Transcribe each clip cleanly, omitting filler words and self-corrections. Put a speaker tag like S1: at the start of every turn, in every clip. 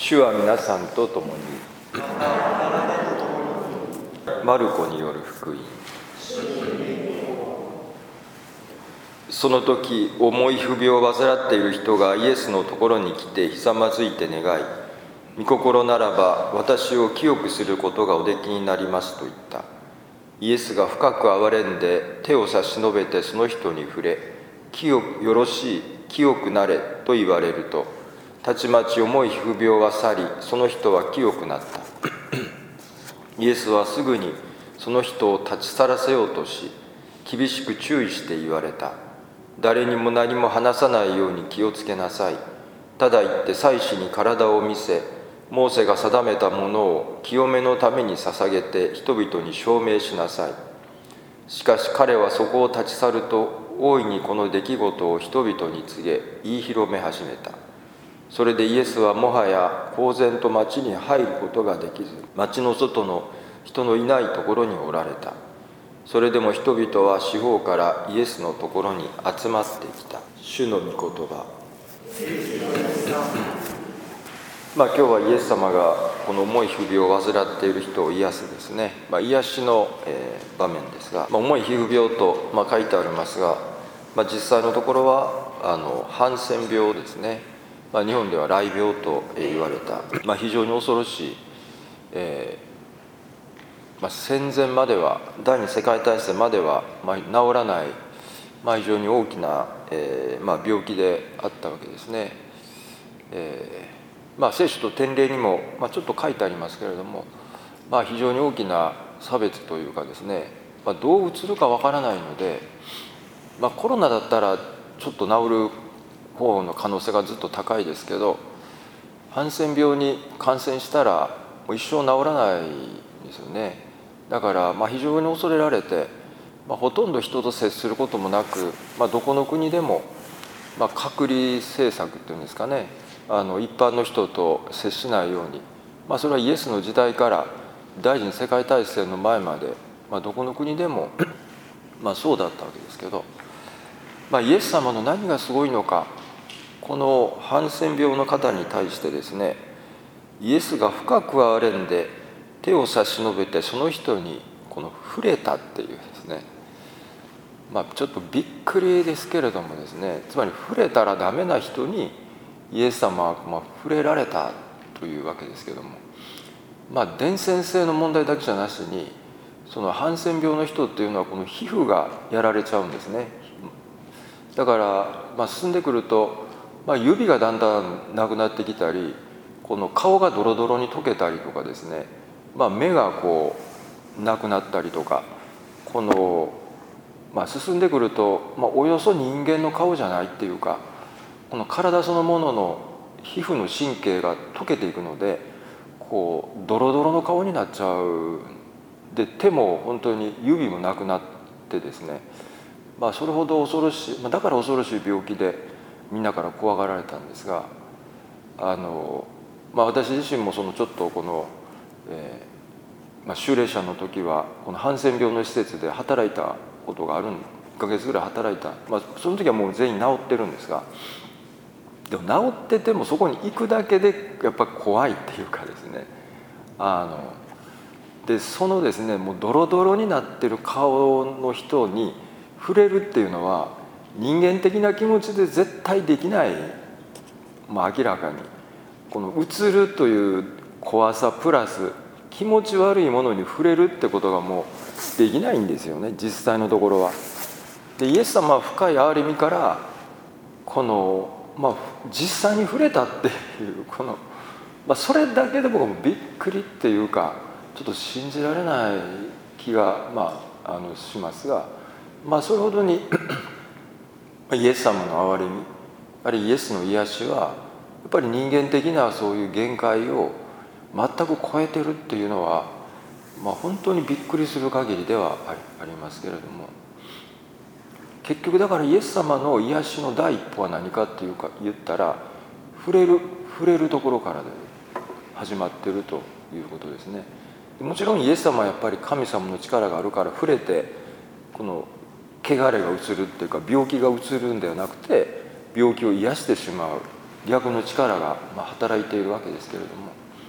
S1: 主は皆さんと共に。マルコによる福音。その時、重い不病を患っている人がイエスのところに来てひざまずいて願い、御心ならば私を清くすることがおできになりますと言った。イエスが深く憐れんで手を差し伸べてその人に触れ、よろしい、清くなれと言われると、たちまち重い皮膚病は去り、その人は清くなった。イエスはすぐにその人を立ち去らせようとし、厳しく注意して言われた。誰にも何も話さないように気をつけなさい。ただ行って祭司に体を見せ、モーセが定めたものを清めのために捧げて人々に証明しなさい。しかし彼はそこを立ち去ると、大いにこの出来事を人々に告げ、言い広め始めた。それでイエスはもはや公然と町に入ることができず、町の外の人のいないところにおられた。それでも人々は四方からイエスのところに集まってきた。主の御言葉。今日はイエス様がこの重い皮膚病を患っている人を癒すですね、癒しの場面ですが、重い皮膚病と書いてありますが、実際のところはハンセン病ですね。日本では雷病と言われた、非常に恐ろしい、戦前までは、第二次世界大戦までは治らない、非常に大きな、病気であったわけですね。聖書と典例にも、ちょっと書いてありますけれども、非常に大きな差別というかですね、どううつるかわからないので、コロナだったらちょっと治る方の可能性がずっと高いですけど、ハンセン病に感染したらもう一生治らないですよね。だから非常に恐れられて、ほとんど人と接することもなく、どこの国でも隔離政策っていうんですかね、一般の人と接しないように、それはイエスの時代から第二次世界大戦の前まで、どこの国でもそうだったわけですけど、イエス様の何がすごいのか、このハンセン病の方に対してですね、イエスが深く憐れんで手を差し伸べてその人に触れたっていうですね、ちょっとびっくりですけれどもですね、つまり触れたらダメな人にイエス様は触れられたというわけですけども、伝染性の問題だけじゃなしに、そのハンセン病の人っていうのはこの皮膚がやられちゃうんですね。だから進んでくると、指がだんだんなくなってきたり、この顔がドロドロに溶けたりとかですね、目がなくなったりとか、この進んでくると、およそ人間の顔じゃないっていうか、この体そのものの皮膚の神経が溶けていくので、ドロドロの顔になっちゃう。で、手も本当に指もなくなってですね、それほど恐ろしい、だから恐ろしい病気でみんなから怖がられたんですが、私自身もちょっとこの、修霊者の時はこのハンセン病の施設で働いたことがある、1ヶ月ぐらい働いた、その時はもう全員治ってるんですが、でも治っててもそこに行くだけでやっぱり怖いっていうかですね、でそのですね、もうドロドロになってる顔の人に触れるっていうのは人間的な気持ちで絶対できない、明らかにこの映るという怖さプラス気持ち悪いものに触れるってことがもうできないんですよね、実際のところは。でイエス様は深い憐れみからこの、実際に触れたっていうこの、それだけで僕もびっくりっていうか、ちょっと信じられない気が、しますが、それほどにイエス様の憐れみ、あるいはイエスの癒しはやっぱり人間的なそういう限界を全く超えてるっていうのは、本当にびっくりする限りではありますけれども、結局だからイエス様の癒しの第一歩は何かっていうか言ったら、触れるところからで始まっているということですね。もちろんイエス様はやっぱり神様の力があるから触れてこの汚れが移るっていうか病気が移るんではなくて病気を癒してしまう、 逆の力が働いているわけですけれど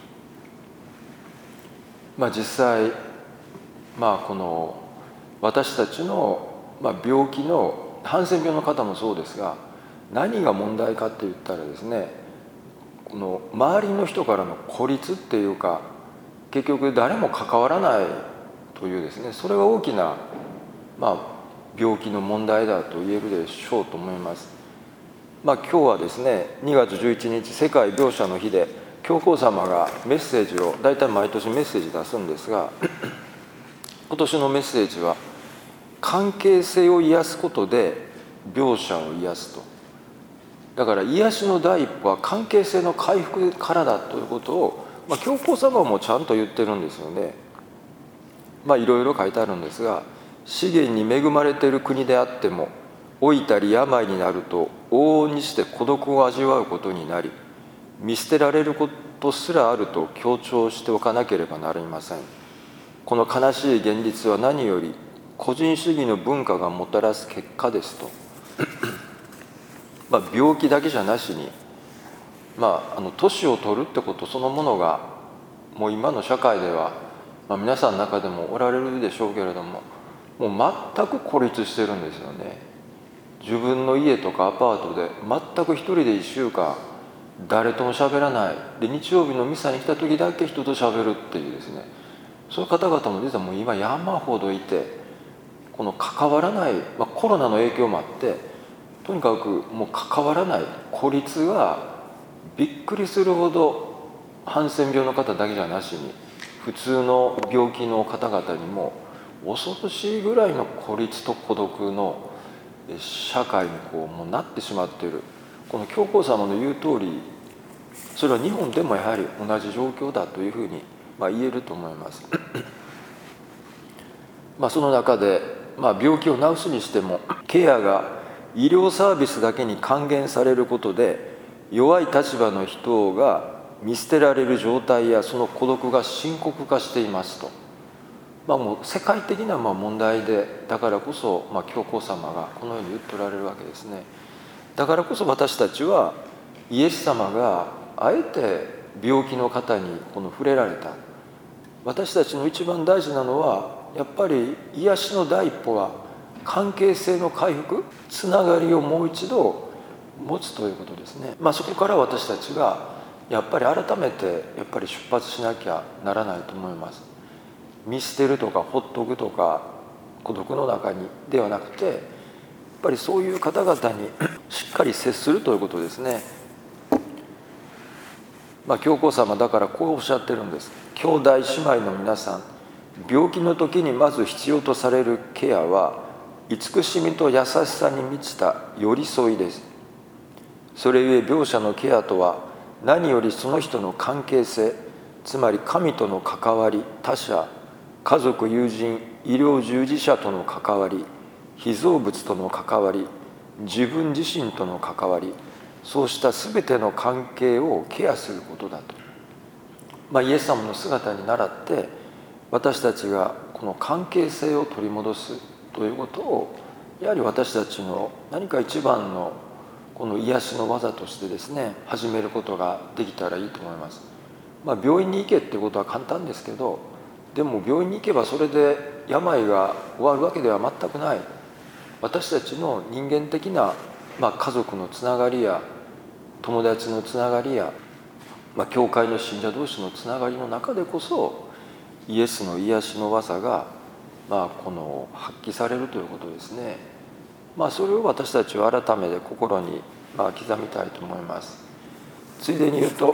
S1: も、実際この私たちの病気のハンセン病の方もそうですが、何が問題かって言ったらですね、この周りの人からの孤立っていうか、結局誰も関わらないというですね、それが大きな病気の問題だと言えるでしょうと思います。今日はですね、2月11日世界病者の日で、教皇様がメッセージを大体毎年メッセージ出すんですが、今年のメッセージは関係性を癒すことで病者を癒すと。だから癒しの第一歩は関係性の回復からだということを、教皇様もちゃんと言ってるんですよね。いろいろ書いてあるんですが、資源に恵まれている国であっても老いたり病になると往々にして孤独を味わうことになり、見捨てられることすらあると強調しておかなければなりません。この悲しい現実は何より個人主義の文化がもたらす結果ですと。病気だけじゃなしに、年を取るってことそのものがもう今の社会では、皆さんの中でもおられるでしょうけれども、もう全く孤立してるんですよね。自分の家とかアパートで全く一人で1週間誰とも喋らないで、日曜日のミサに来た時だけ人と喋るっていうですね、そういう方々も実はもう今山ほどいて、この関わらない、コロナの影響もあってとにかくもう関わらない孤立がびっくりするほど、ハンセン病の方だけじゃなしに普通の病気の方々にも恐ろしいぐらいの孤立と孤独の社会にもうなってしまっている。この教皇様の言う通り、それは日本でもやはり同じ状況だというふうに言えると思います。その中で、病気を治すにしてもケアが医療サービスだけに還元されることで、弱い立場の人が見捨てられる状態やその孤独が深刻化していますと。もう世界的な問題で、だからこそ教皇様がこのように言っておられるわけですね。だからこそ私たちはイエス様があえて病気の方に触れられた。私たちの一番大事なのはやっぱり癒しの第一歩は関係性の回復、つながりをもう一度持つということですね。そこから私たちがやっぱり改めて出発しなきゃならないと思います。見捨てるとかほっとくとか孤独の中にではなくて、やっぱりそういう方々にしっかり接するということですね。教皇様だからこうおっしゃってるんです。兄弟姉妹の皆さん、病気の時にまず必要とされるケアは慈しみと優しさに満ちた寄り添いです。それゆえ病者のケアとは何よりその人の関係性、つまり神との関わり、他者、家族、友人、医療従事者との関わり、被造物との関わり、自分自身との関わり、そうした全ての関係をケアすることだと。イエス様の姿に倣って私たちがこの関係性を取り戻すということを、やはり私たちの何か一番のこの癒しの技としてですね、始めることができたらいいと思います。病院に行けってことは簡単ですけど、でも病院に行けばそれで病が終わるわけでは全くない。私たちの人間的な、家族のつながりや友達のつながりや、教会の信者同士のつながりの中でこそイエスの癒しの技が、この発揮されるということですね。それを私たちは改めて心に刻みたいと思います。ついでに言うと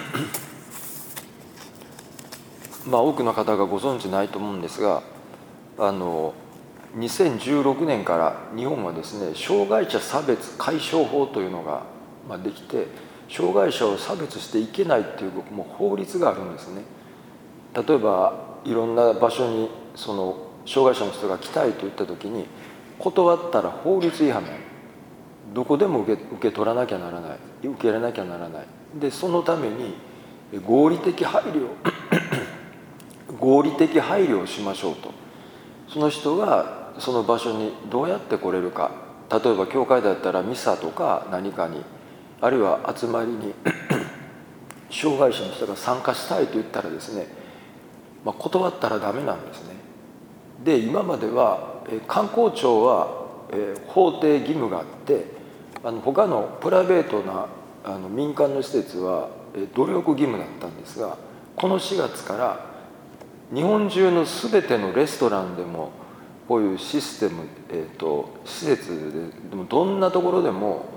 S1: 多くの方がご存知ないと思うんですが、2016年から日本はですね、障害者差別解消法というのができて、障害者を差別していけないっていう法律があるんですね。例えばいろんな場所にその障害者の人が来たいと言った時に断ったら法律違反なの。どこでも受け取らなきゃならない、受け入れなきゃならない。でそのために合理的配慮合理的配慮をしましょうと。その人がその場所にどうやって来れるか、例えば教会だったらミサとか何かにあるいは集まりに障害者の人が参加したいと言ったらですね、断ったらダメなんですね。で今までは観光庁は法定義務があって、他のプライベートな民間の施設は努力義務だったんですが、この4月から日本中の全てのレストランでもこういうシステム、施設でもどんなところでも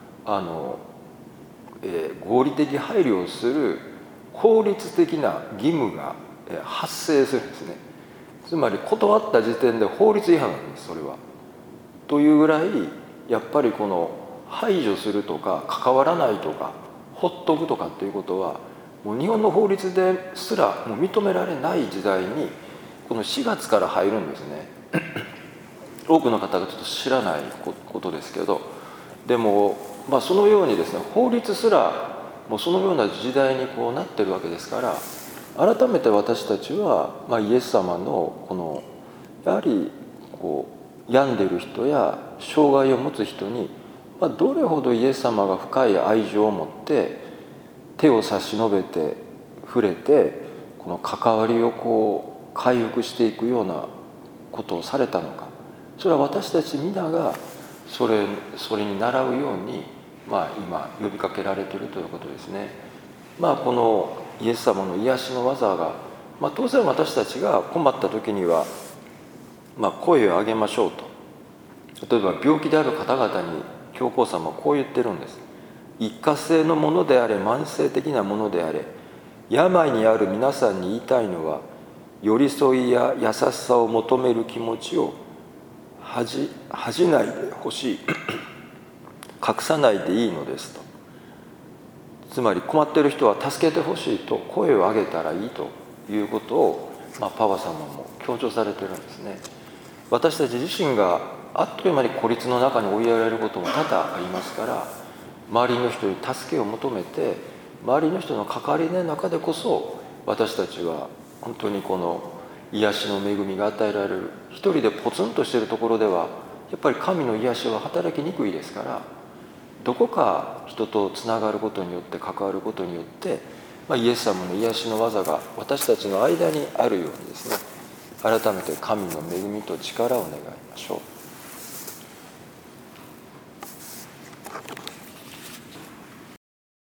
S1: 合理的配慮をする法律的な義務が発生するんですね。つまり断った時点で法律違反なんです、それは。というぐらいやっぱりこの排除するとか関わらないとかほっとくとかっていうことはもう日本の法律ですらもう認められない時代にこの4月から入るんですね。多くの方がちょっと知らないことですけど、でもそのようにですね、法律すらもうそのような時代にこうなってるわけですから、改めて私たちはイエス様のこのやはりこう病んでいる人や障害を持つ人にどれほどイエス様が深い愛情を持って手を差し伸べて触れてこの関わりをこう回復していくようなことをされたのか、それは私たち皆がそれに倣うように今呼びかけられているということですね。このイエス様の癒しの技が、当然私たちが困った時には声を上げましょうと。例えば病気である方々に教皇様はこう言ってるんです。一過性のものであれ慢性的なものであれ、病にある皆さんに言いたいのは、寄り添いや優しさを求める気持ちを恥じないでほしい隠さないでいいのですと。つまり困っている人は助けてほしいと声を上げたらいいということを、パワ様も強調されてるんですね。私たち自身があっという間に孤立の中に追いやられることも多々ありますから、周りの人に助けを求めて、周りの人の関わりの中でこそ私たちは本当にこの癒しの恵みが与えられる。一人でポツンとしているところではやっぱり神の癒しは働きにくいですから、どこか人とつながることによって関わることによって、イエス様の癒しの技が私たちの間にあるようにですね、改めて神の恵みと力を願いましょう。